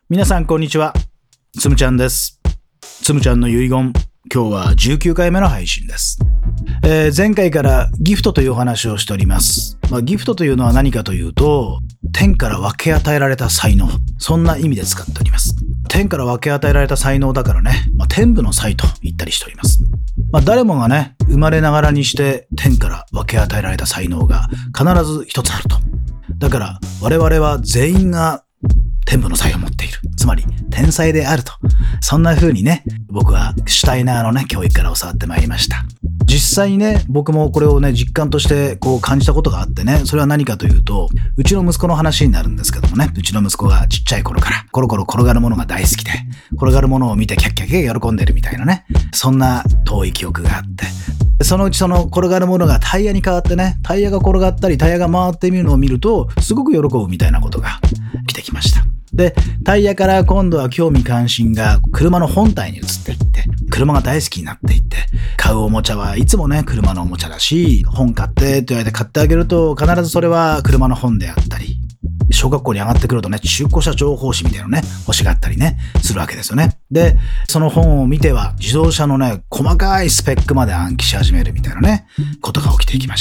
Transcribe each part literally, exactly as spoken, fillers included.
皆さんこんにちは、つむちゃんです。つむちゃんの遺言、今日はじゅうきゅうかいめの配信です。えー、前回からギフトというお話をしております。まあ、ギフトというのは何かというと、天から分け与えられた才能、そんな意味で使っております。天から分け与えられた才能だからね、まあ、天賦の才と言ったりしております。まあ、誰もがね、生まれながらにして天から分け与えられた才能が必ず一つあると。だから我々は全員が天賦の才を持っている。つまり天才であると。そんな風にね、僕はシュタイナーのね、教育から教わってまいりました。実際にね、僕もこれをね、実感としてこう感じたことがあってね、それは何かというと、うちの息子の話になるんですけどもね、うちの息子がちっちゃい頃からコロコロ転がるものが大好きで、転がるものを見てキャッキャッキャッキャ喜んでるみたいなね、そんな遠い記憶があって、そのうちその転がるものがタイヤに変わってね、タイヤが転がったりタイヤが回ってみるのを見ると、すごく喜ぶみたいなことが起きてきました。で、タイヤから今度は興味関心が車の本体に移っていって、車が大好きになっていって、買うおもちゃはいつもね、車のおもちゃだし、本買ってって言われて買ってあげると、必ずそれは車の本であったり、小学校に上がってくるとね、中古車情報誌みたいなのね、欲しがったりね、するわけですよね。で、その本を見ては、自動車のね、細かいスペックまで暗記し始めるみたいなね、ことが起きていきました。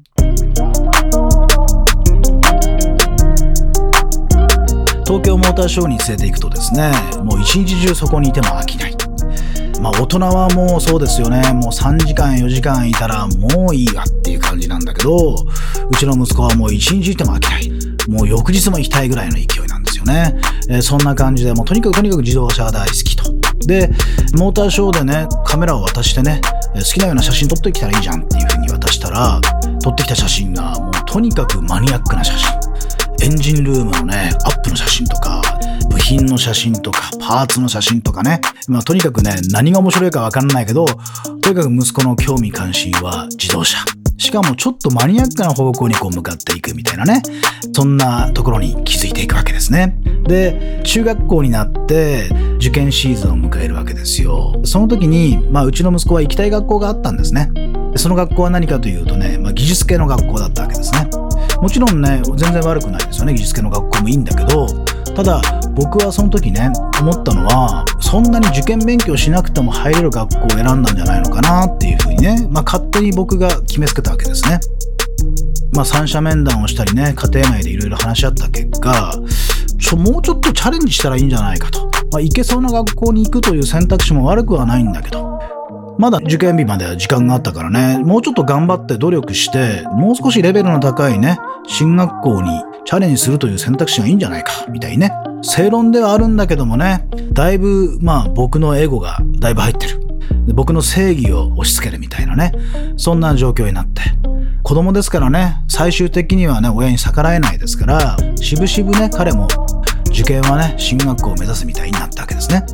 東京モーターショーに連れて行くとですね、もう一日中そこにいても飽きない。まあ大人はもうそうですよね、もうさんじかんよじかんいたらもういいわっていう感じなんだけど、うちの息子はもう一日いても飽きない。もう翌日も行きたいぐらいの勢いなんですよね。えー、そんな感じで、もうとにかくとにかく自動車が大好きと。で、モーターショーでね、カメラを渡してね、好きなような写真撮ってきたらいいじゃんっていう風に渡したら、撮ってきた写真がもうとにかくマニアックな写真。エンジンルームのね、アップの写真とか、部品の写真とか、パーツの写真とかね。まあとにかくね、何が面白いかわかんないけど、とにかく息子の興味関心は自動車。しかもちょっとマニアックな方向にこう向かっていくみたいなね。そんなところに気づいていくわけですね。で、中学校になって受験シーズンを迎えるわけですよ。その時に、まあうちの息子は行きたい学校があったんですね。その学校は何かというとね、まあ技術系の学校だったわけですね。もちろんね、全然悪くないですよね。技術系の学校もいいんだけど、ただ僕はその時ね、思ったのは、そんなに受験勉強しなくても入れる学校を選んだんじゃないのかなっていうふうにね、まあ勝手に僕が決めつけたわけですね。まあ三者面談をしたりね、家庭内でいろいろ話し合った結果、ちょ、もうちょっとチャレンジしたらいいんじゃないかと。まあ行けそうな学校に行くという選択肢も悪くはないんだけど、まだ受験日までは時間があったからね、もうちょっと頑張って努力して、もう少しレベルの高いね、進学校にチャレンジするという選択肢がいいんじゃないか、みたいね。正論ではあるんだけどもね、だいぶ、まあ僕のエゴがだいぶ入ってる。で、僕の正義を押し付けるみたいなね、そんな状況になって。子供ですからね、最終的にはね、親に逆らえないですから、しぶしぶね、彼も受験はね、進学校を目指すみたいになったわけですね。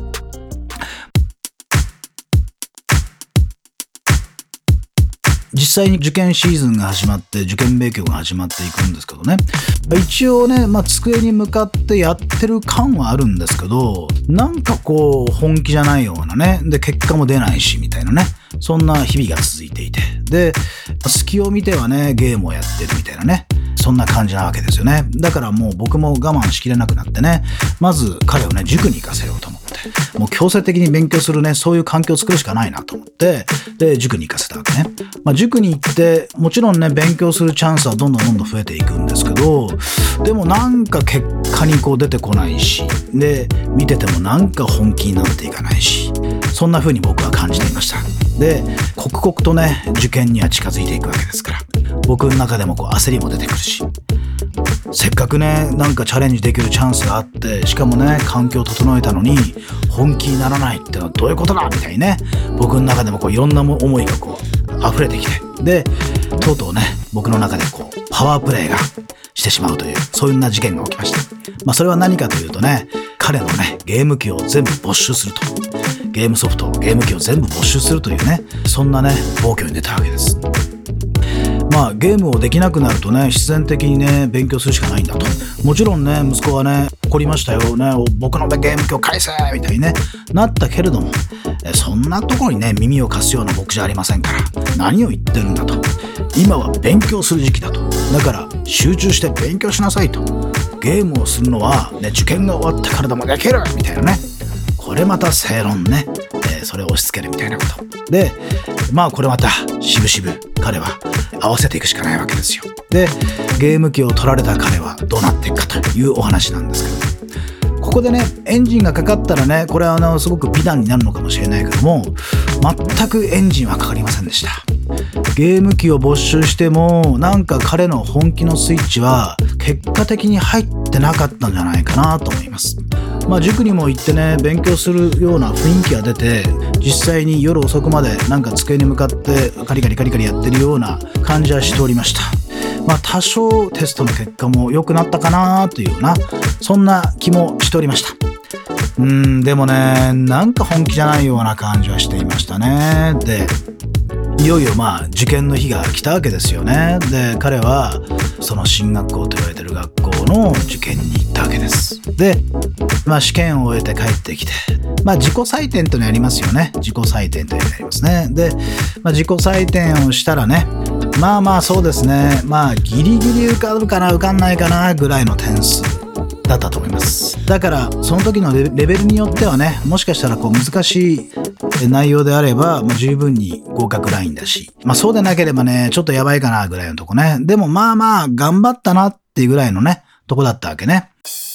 実際に受験シーズンが始まって受験勉強が始まっていくんですけどね、一応ね、まあ机に向かってやってる感はあるんですけど、なんかこう本気じゃないようなね、で結果も出ないしみたいなね、そんな日々が続いていて、で隙を見てはねゲームをやってるみたいなね、そんな感じなわけですよね。だからもう僕も我慢しきれなくなってね、まず彼をね塾に行かせようと思って、もう強制的に勉強するね、そういう環境を作るしかないなと思って、で塾に行かせたわけね。まあ、塾に行ってもちろんね勉強するチャンスはどんどんどんどん増えていくんですけど、でもなんか結果にこう出てこないし、で見ててもなんか本気になっていかないし、そんな風に僕は感じていました。で刻々とね受験には近づいていくわけですから、僕の中でもこう焦りも出てくるし、せっかくねなんかチャレンジできるチャンスがあって、しかもね環境を整えたのに本気にならないってのはどういうことだみたいにね、僕の中でもこういろんな思いがこう溢れてきて、でとうとうね僕の中でこうパワープレイがしてしまうという、そういうな事件が起きました。まあそれは何かというとね、彼のねゲーム機を全部没収すると、ゲームソフトゲーム機を全部没収するというね、そんなね暴挙に出たわけです。まあゲームをできなくなるとね、必然的にね勉強するしかないんだと。もちろんね息子はね怒りましたよね、僕のゲーム機を返せみたいにねなったけれども、そんなところにね耳を貸すような僕じゃありませんから、何を言ってるんだと、今は勉強する時期だと、だから集中して勉強しなさいと、 ゲームをするのは、ね、受験が終わったからでもできるみたいなね。これまた正論ね、えー、それを押し付けるみたいなことで、まあこれまた渋々彼は合わせていくしかないわけですよ。でゲーム機を取られた彼はどうなっていくかというお話なんですけど、ここでねエンジンがかかったらね、これはあのすごく美談になるのかもしれないけども、全くエンジンはかかりませんでした。ゲーム機を没収してもなんか彼の本気のスイッチは結果的に入ってなかったんじゃないかなと思います。まあ塾にも行ってね勉強するような雰囲気が出て、実際に夜遅くまでなんか机に向かってカリカリカリカリやってるような感じはしておりました。まあ多少テストの結果も良くなったかなというような、そんな気もしておりました。うーんでもねなんか本気じゃないような感じはしていましたね。でいよいよまあ受験の日が来たわけですよね。で彼はその進学校と言われてる学校の受験に行ったわけです。でまあ試験を終えて帰ってきて、まあ自己採点というのやりますよね。自己採点というのやりますね。で、まあ、自己採点をしたらね、まあまあそうですね、まあギリギリ受かるかな受かんないかなぐらいの点数だったと思います。だからその時のレベルによってはね、もしかしたらこう難しい内容であれば、まあ、十分に合格ラインだし、まあそうでなければねちょっとやばいかなぐらいのとこね。でもまあまあ頑張ったなっていうぐらいのねとこだったわけね。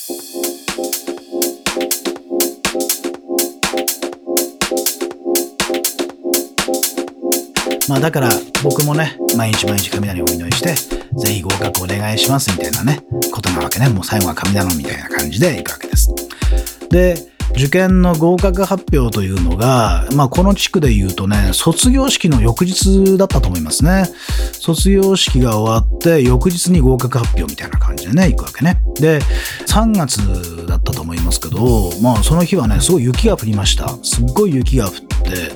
まあだから僕もね毎日毎日雷をお祈りしてぜひ合格お願いしますみたいなねことなわけね。もう最後は神頼みみたいな感じでいくわけです。で受験の合格発表というのが、まあこの地区で言うとね卒業式の翌日だったと思いますね。卒業式が終わって翌日に合格発表みたいな感じでね行くわけね。でさんがつだったと思いますけど、まあその日はねすごい雪が降りました。すっごい雪が降って、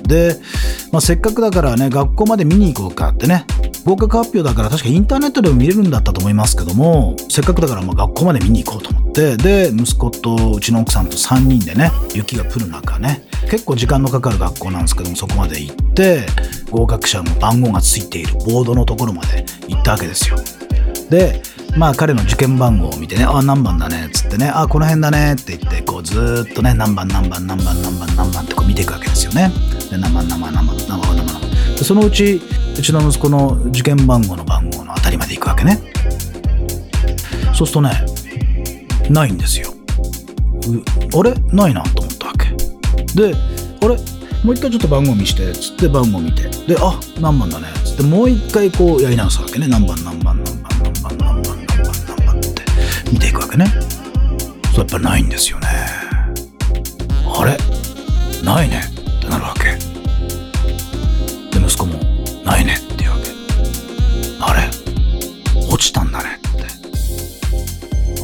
で、まあ、せっかくだからね学校まで見に行こうかってね、合格発表だから確かインターネットでも見れるんだったと思いますけども、せっかくだからまあ学校まで見に行こうと思って、で息子とうちの奥さんとさんにんでね雪が降る中ね、結構時間のかかる学校なんですけども、そこまで行って合格者の番号がついているボードのところまで行ったわけですよ。でまあ彼の受験番号を見てね、あ何番だねっつってね、あこの辺だねって言ってこうずーっとね何番何番何番何番何番ってこう見ていくわけですよね。で何番何番何番何番何番でそのうちうちの息子の受験番号の番号のあたりまで行くわけね。そうするとねないんですよ。あれないなと思ったわけで、あれもう一回ちょっと番号見してつって番号見て、であ何番だねつってもう一回こうやり直すわけね。何番何番何番何番何番何番何番って見ていくわけね。そうやっぱりないんですよね。あれないねってなるわけで、息子もないねって言うわけ。あれ落ちたんだねって、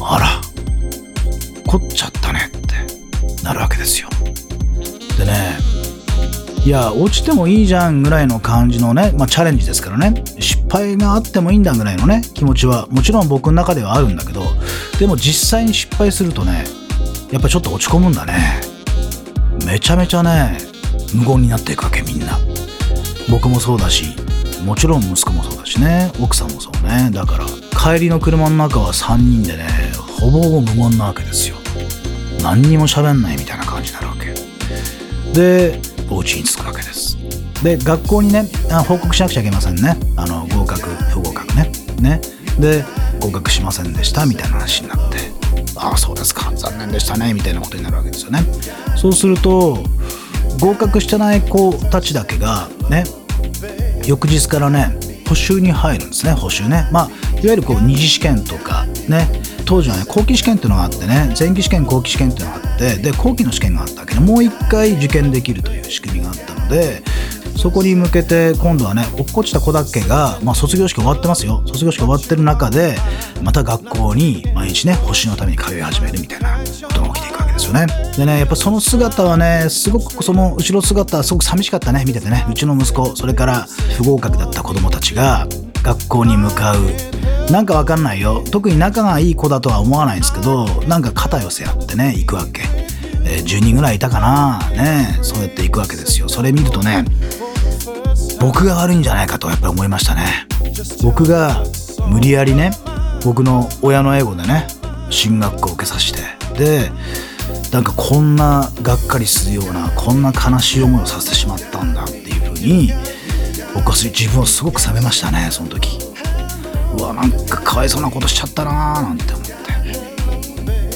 あら凝っちゃったねってなるわけですよ。でね、いや落ちてもいいじゃんぐらいの感じのね、まあチャレンジですからね、失敗があってもいいんだぐらいのね気持ちはもちろん僕の中ではあるんだけど、でも実際に失敗するとねやっぱちょっと落ち込むんだね。めちゃめちゃね無言になっていくわけみんな。僕もそうだし、もちろん息子もそうだしね、奥さんもそうね。だから帰りの車の中はさんにんでねほぼほぼ無言なわけですよ。何にも喋んないみたいな感じになるわけで、お家に着くわけです。で学校にね報告しなくちゃいけませんね。あの合格不合格ねねで合格しませんでしたみたいな話になって、ああそうですか残念でしたねみたいなことになるわけですよね。そうすると合格してない子たちだけがね翌日からね補習に入るんですね。補習ね、まあいわゆるこう二次試験とかね、当時はね後期試験っていうのがあってね、前期試験後期試験っていうのがあって、で後期の試験があったわけで、もう一回受験できるという仕組みがあったので、そこに向けて今度はね落っこちた子だけが、まあ、卒業式終わってますよ。卒業式終わってる中でまた学校に毎日ね補習のために通い始めるみたいなことが起きていくわけですよね。でねやっぱその姿はねすごくその後ろ姿はすごく寂しかったね見ててね。うちの息子それから不合格だった子供たちが学校に向かう、なんかわかんないよ、特に仲がいい子だとは思わないんですけど、なんか肩寄せ合ってね行くわけ、えー、じゅうにんぐらいいたかなね、そうやって行くわけですよ。それ見るとね僕が悪いんじゃないかとやっぱり思いましたね。僕が無理やりね僕の親の英語でね進学校を受けさせて、でなんかこんながっかりするようなこんな悲しい思いをさせてしまったんだっていうふうに僕は自分をすごく責めましたね。その時うわなんかかわいそうなことしちゃったなーなんて思って、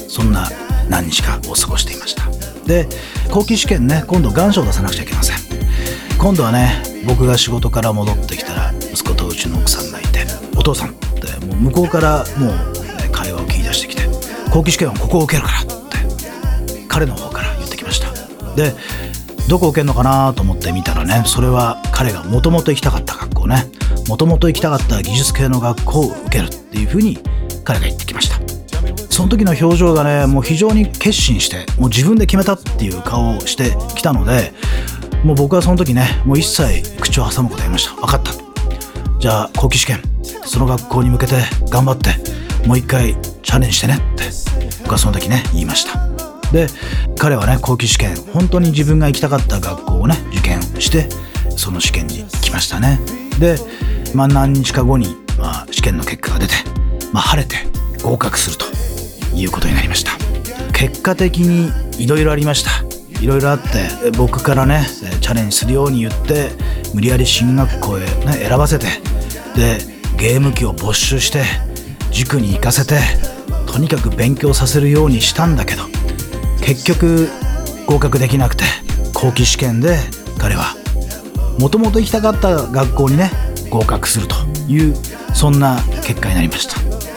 そんな何日かを過ごしていました。で後期試験ね、今度願書を出さなくちゃいけません。今度はね、僕が仕事から戻ってきたら息子とうちの奥さんがいて、お父さんってもう向こうからもう、ね、会話を切り出してきて、後期試験はここを受けるからって彼の方から言ってきました。でどこ受けるのかなと思って見たらね、それは彼がもともと行きたかった学校ね、もともと行きたかった技術系の学校を受けるっていうふうに彼が言ってきました。その時の表情がね、もう非常に決心して、もう自分で決めたっていう顔をしてきたので、もう僕はその時ね、もう一切口を挟むことやりました。分かった、じゃあ後期試験その学校に向けて頑張ってもう一回チャレンジしてねって僕はその時ね言いました。で彼はね、後期試験本当に自分が行きたかった学校をね受験してその試験に来ましたね。で、まあ、何日か後に、まあ、試験の結果が出て、まあ、晴れて合格するということになりました。結果的にいろいろありました。いろいろあって、僕からねチャレンジするように言って無理やり進学校へ、ね、選ばせて、でゲーム機を没収して塾に行かせて、とにかく勉強させるようにしたんだけど、結局合格できなくて、後期試験で彼はもともと行きたかった学校にね合格するという、そんな結果になりました。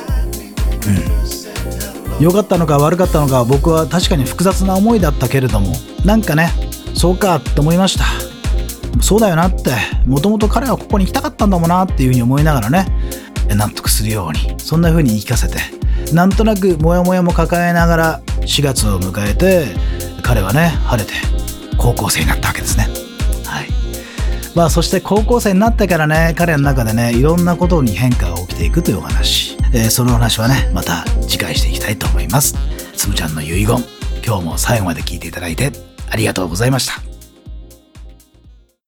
うん、良かったのか悪かったのか、僕は確かに複雑な思いだったけれども、なんかねそうかって思いました。そうだよなって、もともと彼はここに行きたかったんだもんなっていうふうに思いながらね、納得するようにそんなふうに言い聞かせて、なんとなくモヤモヤも抱えながらしがつを迎えて、彼はね晴れて高校生になったわけですね。はい。まあそして高校生になってからね、彼の中でねいろんなことに変化が起きていくというお話、えー、その話はねまた次回していきたいと思います。つむちゃんの遺言、今日も最後まで聞いていただいてありがとうございました。